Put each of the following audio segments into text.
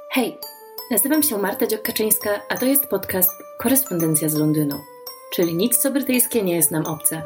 Hej, nazywam się Marta Dziokaczyńska, a to jest podcast Korespondencja z Londynu, czyli nic co brytyjskie nie jest nam obce.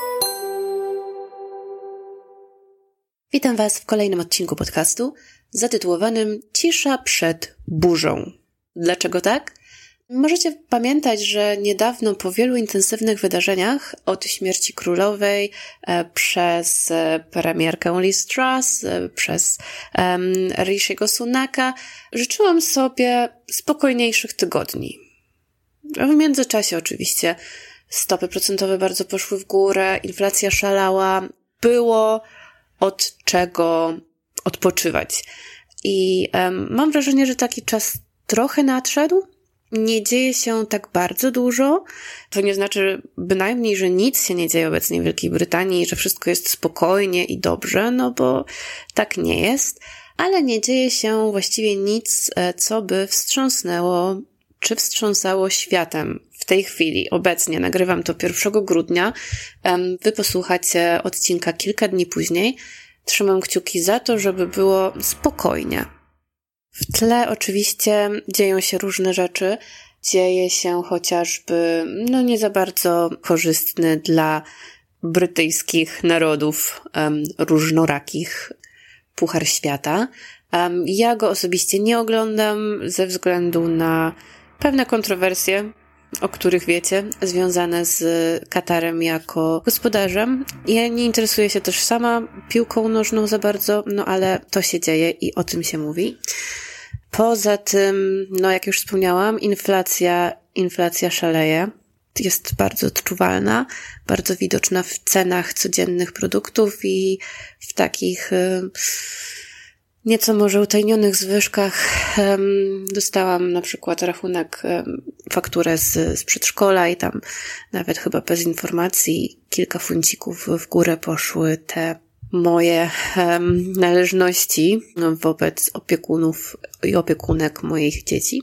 Witam Was w kolejnym odcinku podcastu zatytułowanym Cisza przed burzą. Dlaczego tak? Możecie pamiętać, że niedawno po wielu intensywnych wydarzeniach od śmierci królowej przez premierkę Liz Truss, przez Rishiego Sunaka życzyłam sobie spokojniejszych tygodni. W międzyczasie oczywiście stopy procentowe bardzo poszły w górę, inflacja szalała, było od czego odpoczywać. I mam wrażenie, że taki czas trochę nadszedł. Nie dzieje się tak bardzo dużo. To nie znaczy bynajmniej, że nic się nie dzieje obecnie w Wielkiej Brytanii, że wszystko jest spokojnie i dobrze, no bo tak nie jest. Ale nie dzieje się właściwie nic, co by wstrząsnęło czy wstrząsało światem w tej chwili. Obecnie nagrywam to 1 grudnia. Wy posłuchacie odcinka kilka dni później. Trzymam kciuki za to, żeby było spokojnie. W tle oczywiście dzieją się różne rzeczy. Dzieje się chociażby, nie za bardzo korzystny dla brytyjskich narodów różnorakich Puchar Świata. Ja go osobiście nie oglądam ze względu na pewne kontrowersje, o których wiecie, związane z Katarem jako gospodarzem. Ja nie interesuję się też sama piłką nożną za bardzo, ale to się dzieje i o tym się mówi. Poza tym, jak już wspomniałam, inflacja szaleje. Jest bardzo odczuwalna, bardzo widoczna w cenach codziennych produktów i w takich nieco może utajnionych zwyżkach. Dostałam na przykład rachunek, fakturę z przedszkola i tam nawet chyba bez informacji kilka funcików w górę poszły te moje należności wobec opiekunów i opiekunek moich dzieci.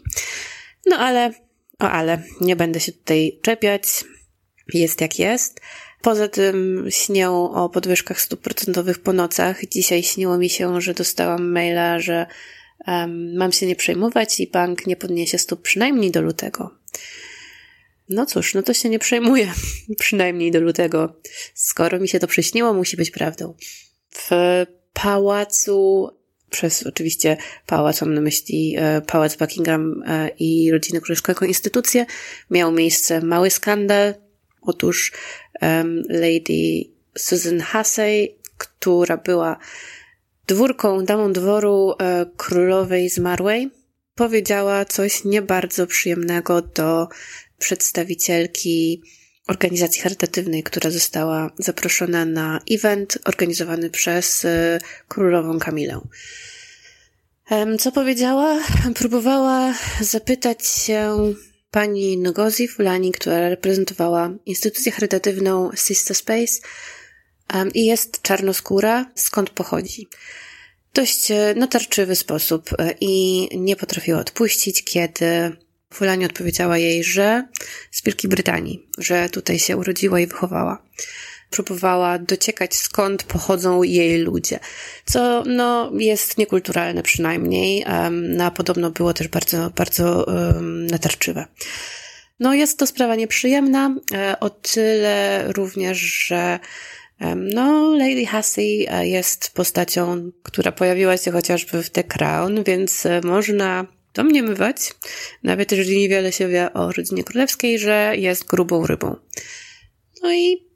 Ale nie będę się tutaj czepiać. Jest jak jest. Poza tym śnię o podwyżkach stóp procentowych po nocach. Dzisiaj śniło mi się, że dostałam maila, że mam się nie przejmować i bank nie podniesie stóp przynajmniej do lutego. No cóż, to się nie przejmuję przynajmniej do lutego. Skoro mi się to przyśniło, musi być prawdą. W pałacu, przez oczywiście pałac mam na myśli pałac Buckingham i rodzinę królewską jako instytucję, miał miejsce mały skandal. Otóż Lady Susan Hussey, która była damą dworu królowej zmarłej, powiedziała coś nie bardzo przyjemnego do przedstawicielki organizacji charytatywnej, która została zaproszona na event organizowany przez królową Kamilę. Co powiedziała? Próbowała zapytać się pani Ngozi Fulani, która reprezentowała instytucję charytatywną Sister Space i jest czarnoskóra, skąd pochodzi. Dość natarczywy sposób i nie potrafiła odpuścić, kiedy Fulani odpowiedziała jej, że z Wielkiej Brytanii, że tutaj się urodziła i wychowała. Próbowała dociekać, skąd pochodzą jej ludzie, co jest niekulturalne przynajmniej, a podobno było też bardzo, bardzo natarczywe. Jest to sprawa nieprzyjemna, o tyle również, że Lady Hussey jest postacią, która pojawiła się chociażby w The Crown, więc można domniemywać, nawet jeżeli niewiele się wie o rodzinie królewskiej, że jest grubą rybą. I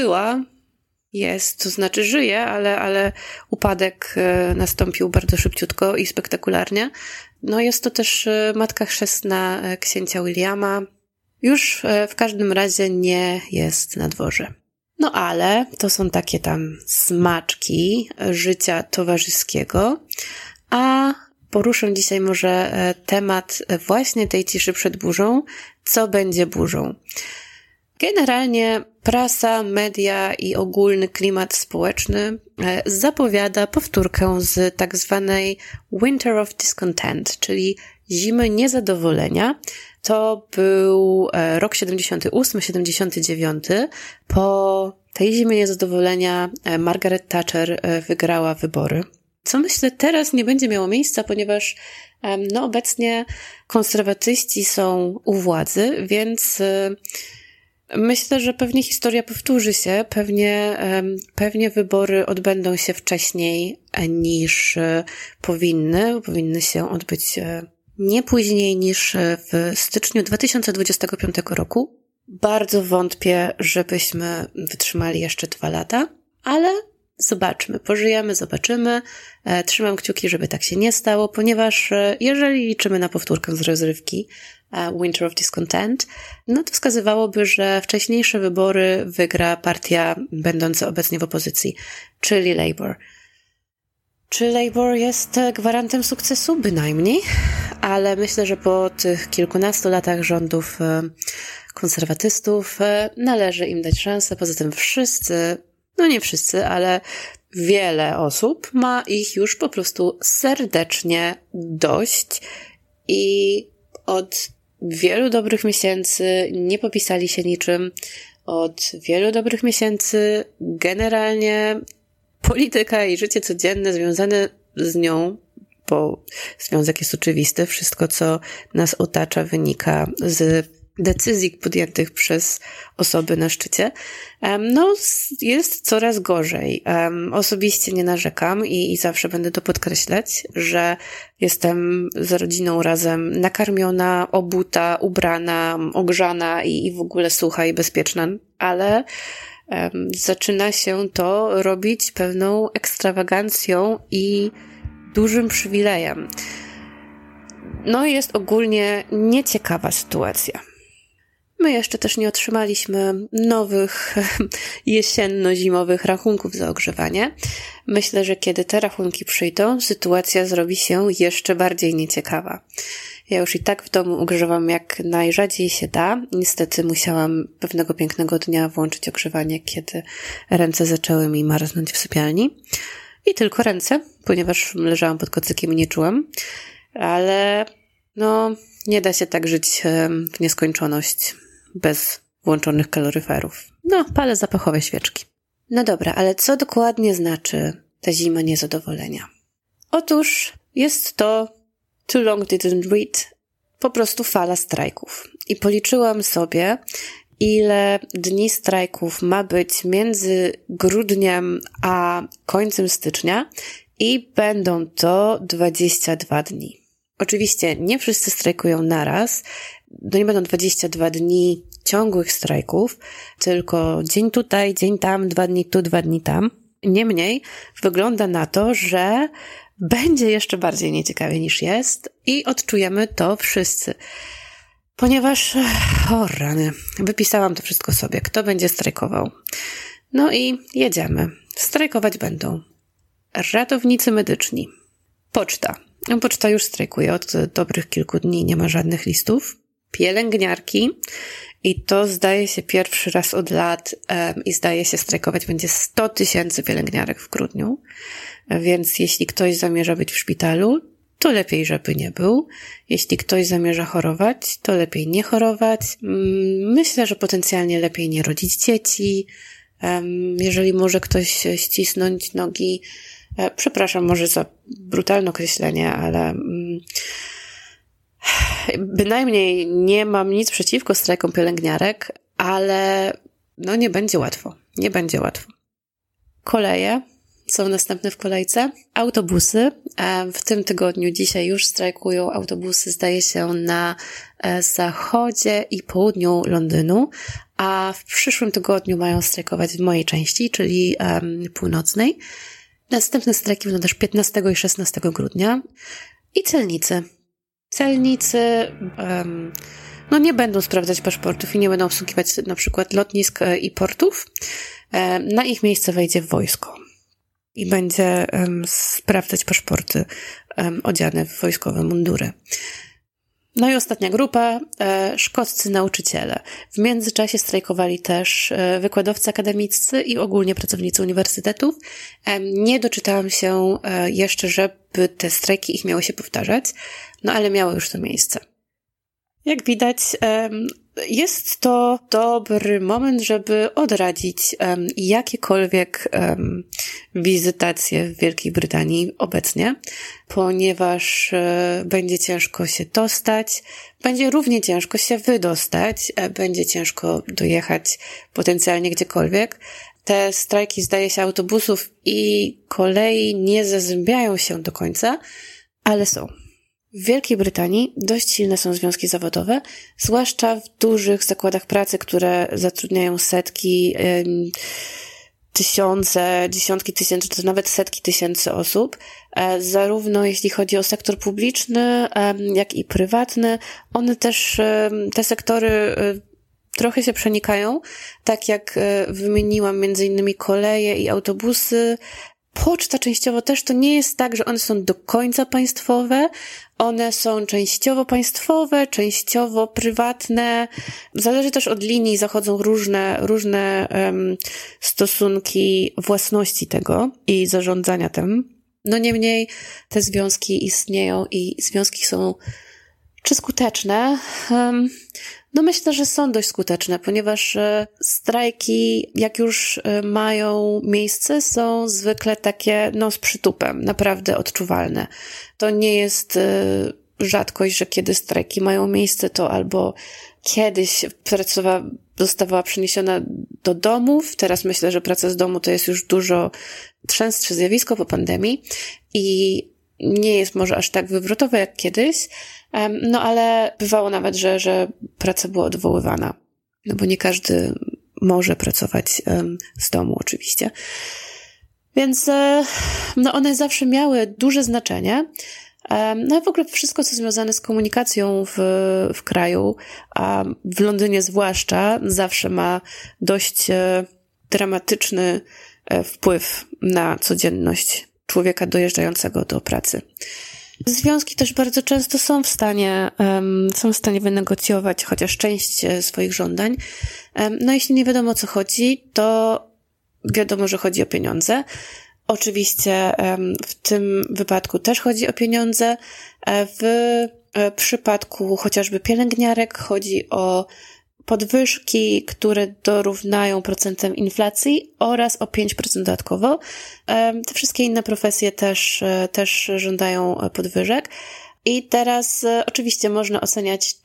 jest, to znaczy żyje, ale upadek nastąpił bardzo szybciutko i spektakularnie. Jest to też matka chrzestna księcia Williama. Już w każdym razie nie jest na dworze. Ale to są takie tam smaczki życia towarzyskiego, a poruszę dzisiaj może temat właśnie tej ciszy przed burzą. Co będzie burzą? Generalnie prasa, media i ogólny klimat społeczny zapowiada powtórkę z tak zwanej Winter of Discontent, czyli zimy niezadowolenia. To był rok 78-79. Po tej zimie niezadowolenia Margaret Thatcher wygrała wybory. Co myślę teraz nie będzie miało miejsca, ponieważ obecnie konserwatyści są u władzy, więc myślę, że pewnie historia powtórzy się, pewnie wybory odbędą się wcześniej niż powinny. Powinny się odbyć nie później niż w styczniu 2025 roku. Bardzo wątpię, żebyśmy wytrzymali jeszcze 2 lata, ale zobaczmy, pożyjemy, zobaczymy. Trzymam kciuki, żeby tak się nie stało, ponieważ jeżeli liczymy na powtórkę z rozrywki Winter of Discontent, no to wskazywałoby, że wcześniejsze wybory wygra partia będąca obecnie w opozycji, czyli Labour. Czy Labour jest gwarantem sukcesu? Bynajmniej, ale myślę, że po tych kilkunastu latach rządów konserwatystów należy im dać szansę. Poza tym wszyscy, no nie wszyscy, ale wiele osób ma ich już po prostu serdecznie dość i od wielu dobrych miesięcy nie popisali się niczym. Od wielu dobrych miesięcy generalnie polityka i życie codzienne związane z nią, bo związek jest oczywisty, wszystko co nas otacza wynika z decyzji podjętych przez osoby na szczycie, jest coraz gorzej. Osobiście nie narzekam i zawsze będę to podkreślać, że jestem z rodziną razem nakarmiona, obuta, ubrana, ogrzana i w ogóle sucha i bezpieczna, ale zaczyna się to robić pewną ekstrawagancją i dużym przywilejem. No jest ogólnie nieciekawa sytuacja. My jeszcze też nie otrzymaliśmy nowych jesienno-zimowych rachunków za ogrzewanie. Myślę, że kiedy te rachunki przyjdą, sytuacja zrobi się jeszcze bardziej nieciekawa. Ja już i tak w domu ogrzewam jak najrzadziej się da. Niestety musiałam pewnego pięknego dnia włączyć ogrzewanie, kiedy ręce zaczęły mi marznąć w sypialni. I tylko ręce, ponieważ leżałam pod kocykiem i nie czułam. Ale nie da się tak żyć w nieskończoność bez włączonych kaloryferów. Palę zapachowe świeczki. No dobra, ale co dokładnie znaczy ta zima niezadowolenia? Otóż jest to Too Long Didn't Read, po prostu fala strajków. I policzyłam sobie, ile dni strajków ma być między grudniem a końcem stycznia i będą to 22 dni. Oczywiście nie wszyscy strajkują naraz, nie będą 22 dni ciągłych strajków, tylko dzień tutaj, dzień tam, 2 dni tu, 2 dni tam. Niemniej wygląda na to, że będzie jeszcze bardziej nieciekawie niż jest i odczujemy to wszyscy. Ponieważ, rany, wypisałam to wszystko sobie, kto będzie strajkował. No i jedziemy. Strajkować będą ratownicy medyczni, poczta. Poczta już strajkuje od dobrych kilku dni, nie ma żadnych listów. Pielęgniarki i to zdaje się pierwszy raz od lat i zdaje się strajkować będzie 100 000 pielęgniarek w grudniu, więc jeśli ktoś zamierza być w szpitalu, to lepiej, żeby nie był. Jeśli ktoś zamierza chorować, to lepiej nie chorować. Myślę, że potencjalnie lepiej nie rodzić dzieci. Jeżeli może ktoś ścisnąć nogi, przepraszam może za brutalne określenie, ale bynajmniej nie mam nic przeciwko strajkom pielęgniarek, ale nie będzie łatwo. Nie będzie łatwo. Koleje są następne w kolejce. Autobusy. W tym tygodniu dzisiaj już strajkują autobusy, zdaje się, na zachodzie i południu Londynu, a w przyszłym tygodniu mają strajkować w mojej części, czyli północnej. Następne strajki będą też 15 i 16 grudnia. I celnicy. Celnicy nie będą sprawdzać paszportów i nie będą obsługiwać na przykład lotnisk i portów. Na ich miejsce wejdzie wojsko i będzie sprawdzać paszporty odziane w wojskowe mundury. No i ostatnia grupa, szkoccy nauczyciele. W międzyczasie strajkowali też wykładowcy akademiccy i ogólnie pracownicy uniwersytetów. Nie doczytałam się jeszcze, żeby te strajki ich miały się powtarzać, ale miało już to miejsce. Jak widać, jest to dobry moment, żeby odradzić jakiekolwiek wizytacje w Wielkiej Brytanii obecnie, ponieważ będzie ciężko się dostać, będzie równie ciężko się wydostać, będzie ciężko dojechać potencjalnie gdziekolwiek. Te strajki, zdaje się, autobusów i kolei nie zazębiają się do końca, ale są. W Wielkiej Brytanii dość silne są związki zawodowe, zwłaszcza w dużych zakładach pracy, które zatrudniają setki, tysiące, dziesiątki tysięcy, czy nawet setki tysięcy osób. Zarówno jeśli chodzi o sektor publiczny, jak i prywatny. One też, te sektory trochę się przenikają, tak jak wymieniłam między innymi koleje i autobusy. Poczta częściowo też, to nie jest tak, że one są do końca państwowe, one są częściowo państwowe, częściowo prywatne. Zależy też od linii, zachodzą różne stosunki własności tego i zarządzania tym. No niemniej te związki istnieją i związki są czy skuteczne? No myślę, że są dość skuteczne, ponieważ strajki, jak już mają miejsce, są zwykle takie, z przytupem, naprawdę odczuwalne. To nie jest rzadkość, że kiedy strajki mają miejsce, to albo kiedyś praca zostawała przeniesiona do domów. Teraz myślę, że praca z domu to jest już dużo częstsze zjawisko po pandemii i nie jest może aż tak wywrotowe jak kiedyś, ale bywało nawet, że praca była odwoływana, bo nie każdy może pracować z domu oczywiście. Więc one zawsze miały duże znaczenie. No i w ogóle wszystko, co związane z komunikacją w kraju, a w Londynie zwłaszcza, zawsze ma dość dramatyczny wpływ na codzienność człowieka dojeżdżającego do pracy. Związki też bardzo często są w stanie wynegocjować chociaż część swoich żądań. No jeśli nie wiadomo, o co chodzi, to wiadomo, że chodzi o pieniądze. Oczywiście w tym wypadku też chodzi o pieniądze. W przypadku chociażby pielęgniarek chodzi o podwyżki, które dorównają procentem inflacji oraz o 5% dodatkowo. Te wszystkie inne profesje też żądają podwyżek. I teraz oczywiście można oceniać,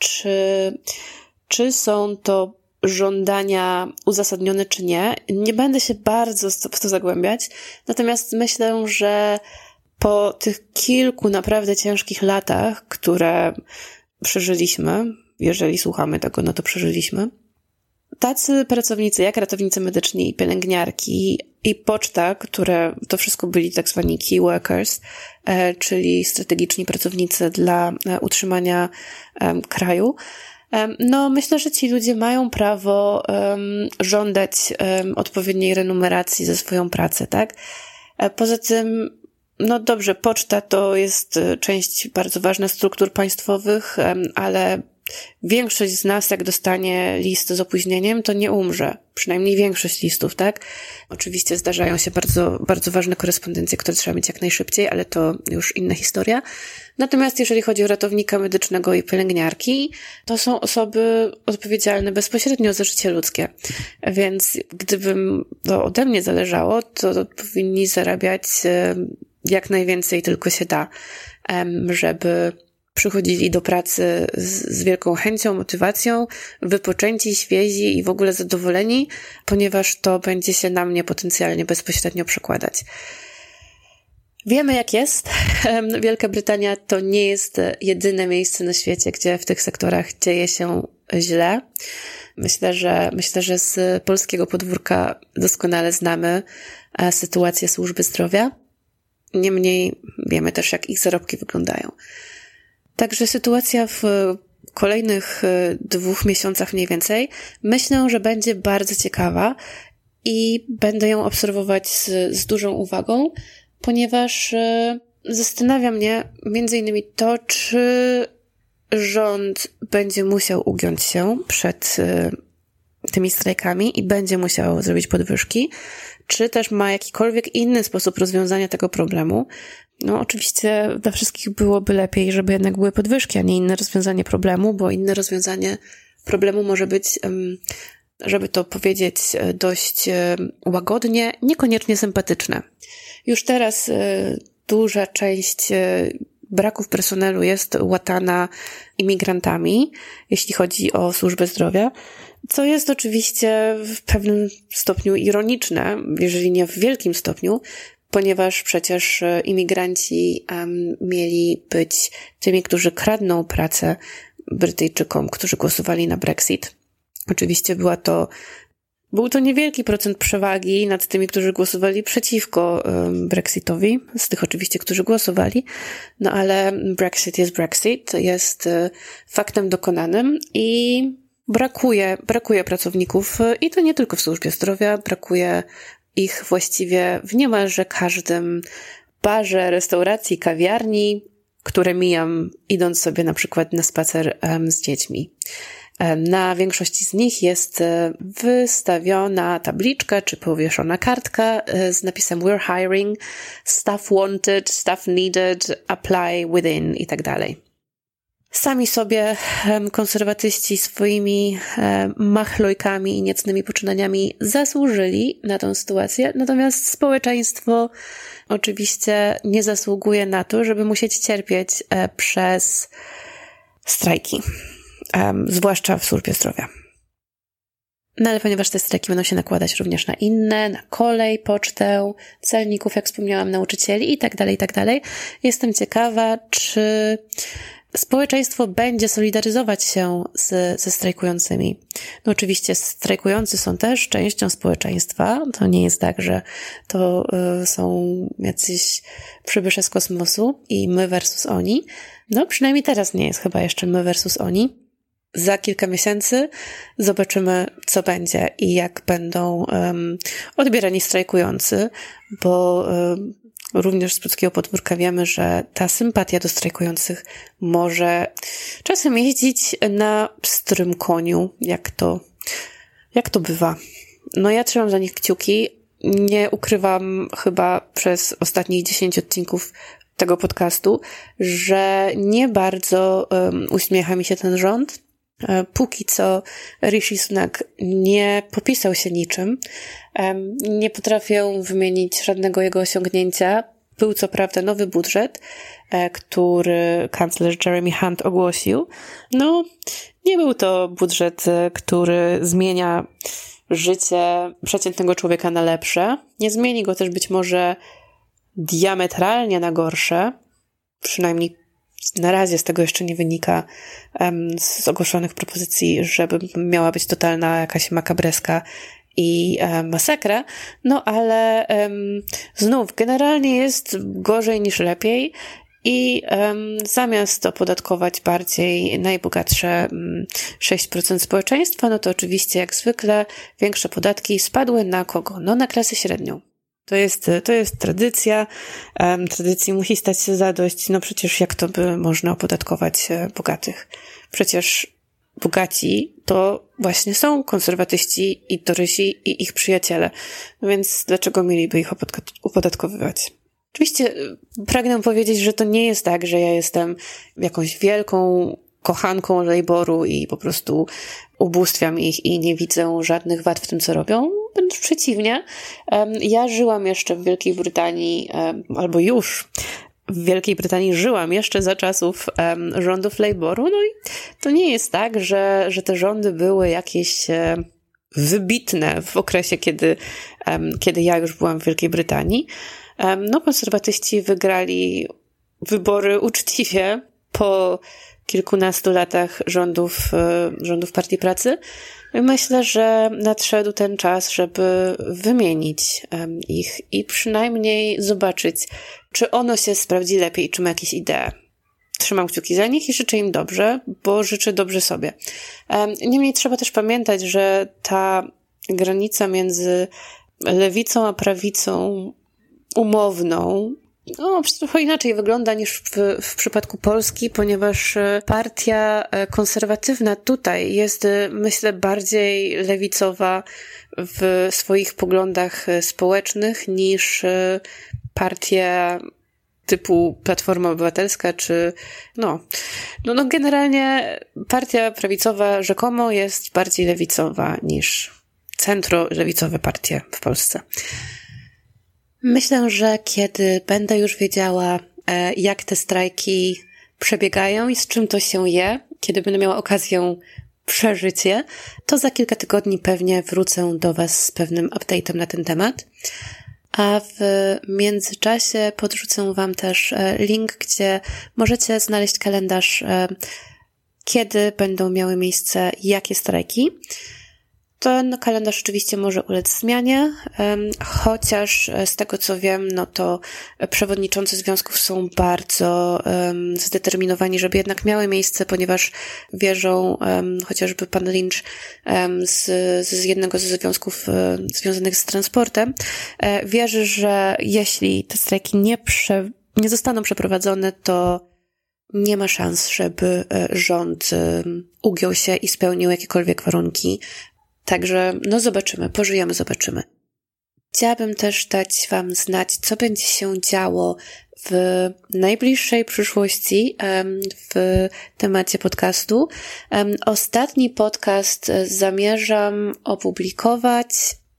czy są to żądania uzasadnione, czy nie. Nie będę się bardzo w to zagłębiać, natomiast myślę, że po tych kilku naprawdę ciężkich latach, które przeżyliśmy, jeżeli słuchamy tego, no to przeżyliśmy, tacy pracownicy jak ratownicy medyczni, pielęgniarki i poczta, które to wszystko byli tak zwani key workers, czyli strategiczni pracownicy dla utrzymania kraju, no myślę, że ci ludzie mają prawo żądać odpowiedniej renumeracji za swoją pracę, tak? Poza tym, no dobrze, poczta to jest część bardzo ważna struktur państwowych, ale większość z nas, jak dostanie list z opóźnieniem, to nie umrze. Przynajmniej większość listów, tak? Oczywiście zdarzają się bardzo, bardzo ważne korespondencje, które trzeba mieć jak najszybciej, ale to już inna historia. Natomiast jeżeli chodzi o ratownika medycznego i pielęgniarki, to są osoby odpowiedzialne bezpośrednio za życie ludzkie. Więc gdyby to ode mnie zależało, to powinni zarabiać jak najwięcej tylko się da, żeby przychodzili do pracy z wielką chęcią, motywacją, wypoczęci, świezi i w ogóle zadowoleni, ponieważ to będzie się na mnie potencjalnie bezpośrednio przekładać. Wiemy, jak jest. Wielka Brytania to nie jest jedyne miejsce na świecie, gdzie w tych sektorach dzieje się źle. Myślę, że z polskiego podwórka doskonale znamy sytuację służby zdrowia. Niemniej wiemy też, jak ich zarobki wyglądają. Także sytuacja w kolejnych 2 miesiącach mniej więcej, myślę, że będzie bardzo ciekawa i będę ją obserwować z dużą uwagą, ponieważ zastanawia mnie między innymi to, czy rząd będzie musiał ugiąć się przed tymi strajkami i będzie musiał zrobić podwyżki, czy też ma jakikolwiek inny sposób rozwiązania tego problemu. No oczywiście dla wszystkich byłoby lepiej, żeby jednak były podwyżki, a nie inne rozwiązanie problemu, bo inne rozwiązanie problemu może być, żeby to powiedzieć dość łagodnie, niekoniecznie sympatyczne. Już teraz duża część braków personelu jest łatana imigrantami, jeśli chodzi o służbę zdrowia, co jest oczywiście w pewnym stopniu ironiczne, jeżeli nie w wielkim stopniu, ponieważ przecież imigranci mieli być tymi, którzy kradną pracę Brytyjczykom, którzy głosowali na Brexit. Oczywiście był to niewielki procent przewagi nad tymi, którzy głosowali przeciwko Brexitowi, z tych oczywiście, którzy głosowali, no ale Brexit jest Brexit, jest faktem dokonanym i brakuje pracowników i to nie tylko w służbie zdrowia, brakuje ich właściwie w niemalże każdym barze, restauracji, kawiarni, które mijam idąc sobie na przykład na spacer z dziećmi. Na większości z nich jest wystawiona tabliczka czy powieszona kartka z napisem "We're hiring", "Staff wanted", "Staff needed", "Apply within" i tak dalej. Sami sobie konserwatyści swoimi machlojkami i niecnymi poczynaniami zasłużyli na tę sytuację, natomiast społeczeństwo oczywiście nie zasługuje na to, żeby musieć cierpieć przez strajki. Zwłaszcza w służbie zdrowia. No ale ponieważ te strajki będą się nakładać również na inne, na kolej, pocztę, celników, jak wspomniałam, nauczycieli i tak dalej, jestem ciekawa, czy społeczeństwo będzie solidaryzować się ze strajkującymi. No oczywiście strajkujący są też częścią społeczeństwa. To nie jest tak, że to są jacyś przybysze z kosmosu i my versus oni. No przynajmniej teraz nie jest chyba jeszcze my versus oni. Za kilka miesięcy zobaczymy, co będzie i jak będą odbierani strajkujący, bo również z polskiego podwórka wiemy, że ta sympatia do strajkujących może czasem jeździć na pstrym koniu, jak to bywa. No ja trzymam za nich kciuki. Nie ukrywam chyba przez ostatnich 10 odcinków tego podcastu, że nie bardzo uśmiecha mi się ten rząd. Póki co Rishi Sunak nie popisał się niczym. Nie potrafię wymienić żadnego jego osiągnięcia. Był co prawda nowy budżet, który kanclerz Jeremy Hunt ogłosił. No, nie był to budżet, który zmienia życie przeciętnego człowieka na lepsze. Nie zmieni go też być może diametralnie na gorsze. Przynajmniej na razie z tego jeszcze nie wynika z ogłoszonych propozycji, żeby miała być totalna jakaś makabreska i masakra. No ale znów generalnie jest gorzej niż lepiej i zamiast opodatkować bardziej najbogatsze 6% społeczeństwa, no to oczywiście jak zwykle większe podatki spadły na kogo? No na klasę średnią. To jest tradycja. Tradycji musi stać się zadość. No przecież jak to by można opodatkować bogatych? Przecież bogaci to właśnie są konserwatyści i torysi i ich przyjaciele. No więc dlaczego mieliby ich opodatkowywać? Oczywiście pragnę powiedzieć, że to nie jest tak, że ja jestem jakąś wielką kochanką Labouru i po prostu ubóstwiam ich i nie widzę żadnych wad w tym, co robią. Wręcz przeciwnie. Ja żyłam jeszcze w Wielkiej Brytanii, albo już w Wielkiej Brytanii żyłam jeszcze za czasów rządów Labouru. No i to nie jest tak, że te rządy były jakieś wybitne w okresie, kiedy ja już byłam w Wielkiej Brytanii. No, konserwatyści wygrali wybory uczciwie po kilkunastu latach rządów Partii Pracy. Myślę, że nadszedł ten czas, żeby wymienić ich i przynajmniej zobaczyć, czy ono się sprawdzi lepiej, czy ma jakieś idee. Trzymam kciuki za nich i życzę im dobrze, bo życzę dobrze sobie. Niemniej trzeba też pamiętać, że ta granica między lewicą a prawicą umowną trochę inaczej wygląda niż w przypadku Polski, ponieważ partia konserwatywna tutaj jest, myślę, bardziej lewicowa w swoich poglądach społecznych niż partia typu Platforma Obywatelska, czy generalnie partia prawicowa rzekomo jest bardziej lewicowa niż centro-lewicowe partie w Polsce. Myślę, że kiedy będę już wiedziała, jak te strajki przebiegają i z czym to się je, kiedy będę miała okazję przeżyć je, to za kilka tygodni pewnie wrócę do Was z pewnym update'em na ten temat. A w międzyczasie podrzucę Wam też link, gdzie możecie znaleźć kalendarz, kiedy będą miały miejsce jakie strajki. Ten kalendarz oczywiście może ulec zmianie, chociaż z tego co wiem, to przewodniczący związków są bardzo zdeterminowani, żeby jednak miały miejsce, ponieważ wierzą, chociażby pan Lynch z jednego ze związków związanych z transportem, wierzy, że jeśli te strajki nie zostaną przeprowadzone, to nie ma szans, żeby rząd ugiął się i spełnił jakiekolwiek warunki. Także zobaczymy, pożyjemy, zobaczymy. Chciałabym też dać Wam znać, co będzie się działo w najbliższej przyszłości w temacie podcastu. Ostatni podcast zamierzam opublikować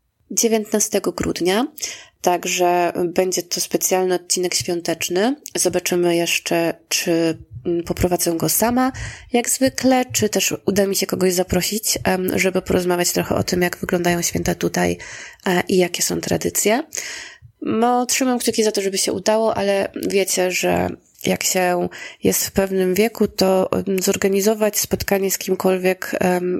19 grudnia, także będzie to specjalny odcinek świąteczny. Zobaczymy jeszcze, czy poprowadzę go sama, jak zwykle, czy też uda mi się kogoś zaprosić, żeby porozmawiać trochę o tym, jak wyglądają święta tutaj i jakie są tradycje. Trzymam kciuki za to, żeby się udało, ale wiecie, że jak się jest w pewnym wieku, to zorganizować spotkanie z kimkolwiek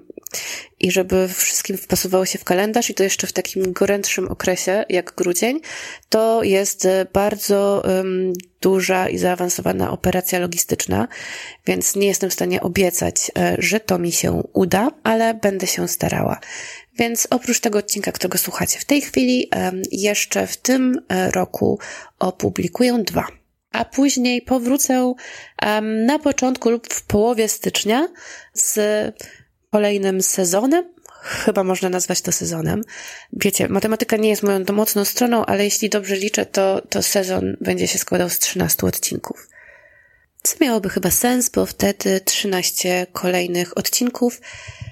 i żeby wszystkim wpasowało się w kalendarz i to jeszcze w takim gorętszym okresie jak grudzień, to jest bardzo duża i zaawansowana operacja logistyczna, więc nie jestem w stanie obiecać, że to mi się uda, ale będę się starała. Więc oprócz tego odcinka, którego słuchacie w tej chwili, jeszcze w tym roku opublikuję 2. A później powrócę na początku lub w połowie stycznia z kolejnym sezonem. Chyba można nazwać to sezonem. Wiecie, matematyka nie jest moją mocną stroną, ale jeśli dobrze liczę, to sezon będzie się składał z 13 odcinków. Co miałoby chyba sens, bo wtedy 13 kolejnych odcinków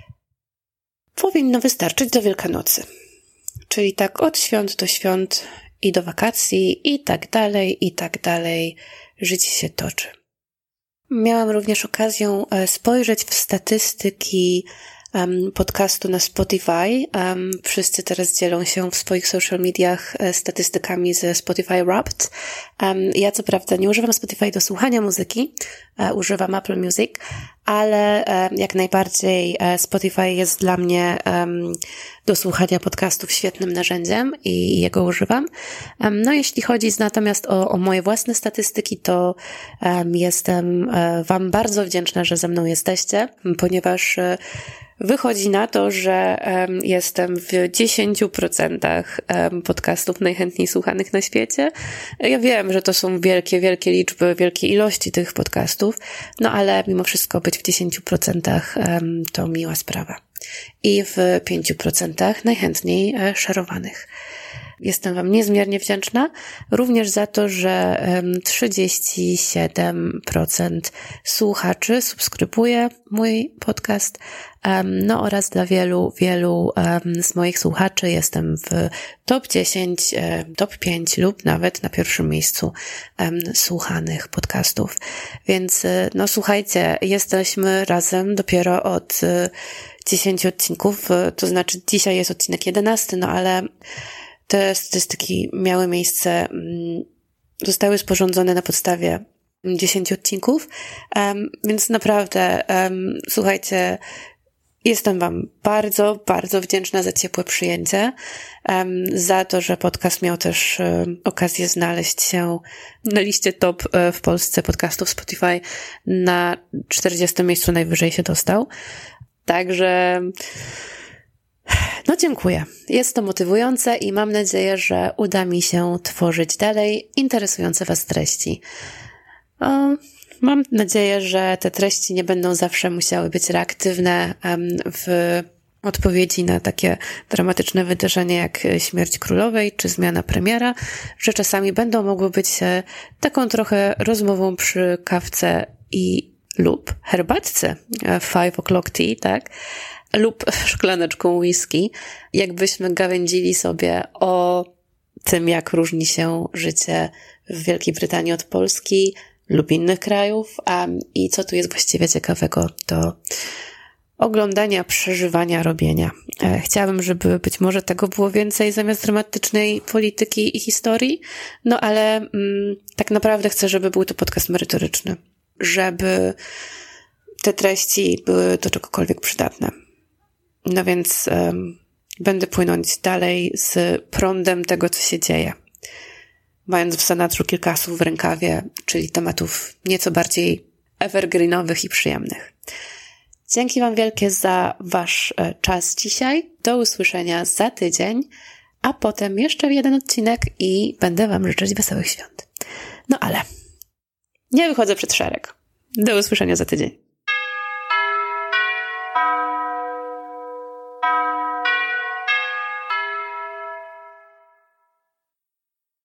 powinno wystarczyć do Wielkanocy. Czyli tak od świąt do świąt i do wakacji i tak dalej życie się toczy. Miałam również okazję spojrzeć w statystyki podcastu na Spotify. Wszyscy teraz dzielą się w swoich social mediach statystykami ze Spotify Wrapped. Ja co prawda nie używam Spotify do słuchania muzyki, używam Apple Music, ale jak najbardziej Spotify jest dla mnie do słuchania podcastów świetnym narzędziem i jego używam. Jeśli chodzi natomiast o moje własne statystyki, to jestem Wam bardzo wdzięczna, że ze mną jesteście, ponieważ wychodzi na to, że jestem w 10% podcastów najchętniej słuchanych na świecie. Ja wiem, że to są wielkie liczby, wielkie ilości tych podcastów, ale mimo wszystko być w 10% to miła sprawa. I w 5% najchętniej szerowanych. Jestem Wam niezmiernie wdzięczna, również za to, że 37% słuchaczy subskrybuje mój podcast, oraz dla wielu z moich słuchaczy jestem w top 10, top 5 lub nawet na pierwszym miejscu słuchanych podcastów. Więc słuchajcie, jesteśmy razem dopiero od 10 odcinków, to znaczy dzisiaj jest odcinek 11, ale te statystyki miały miejsce, zostały sporządzone na podstawie 10 odcinków, więc naprawdę, słuchajcie, jestem Wam bardzo, bardzo wdzięczna za ciepłe przyjęcie, za to, że podcast miał też okazję znaleźć się na liście top w Polsce podcastów Spotify, na 40. miejscu najwyżej się dostał. Także dziękuję. Jest to motywujące i mam nadzieję, że uda mi się tworzyć dalej interesujące Was treści. Mam nadzieję, że te treści nie będą zawsze musiały być reaktywne w odpowiedzi na takie dramatyczne wydarzenia jak śmierć królowej czy zmiana premiera, że czasami będą mogły być taką trochę rozmową przy kawce lub herbatce, 5 o'clock tea, tak? Lub szklaneczką whisky, jakbyśmy gawędzili sobie o tym, jak różni się życie w Wielkiej Brytanii od Polski lub innych krajów, i co tu jest właściwie ciekawego do oglądania, przeżywania, robienia. Chciałabym, żeby być może tego było więcej zamiast dramatycznej polityki i historii, no ale tak naprawdę chcę, żeby był to podcast merytoryczny, żeby te treści były do czegokolwiek przydatne. No więc będę płynąć dalej z prądem tego, co się dzieje, mając w zanadrzu kilka słów w rękawie, czyli tematów nieco bardziej evergreenowych i przyjemnych. Dzięki Wam wielkie za Wasz czas dzisiaj. Do usłyszenia za tydzień, a potem jeszcze jeden odcinek i będę Wam życzyć wesołych świąt. No ale nie wychodzę przed szereg. Do usłyszenia za tydzień.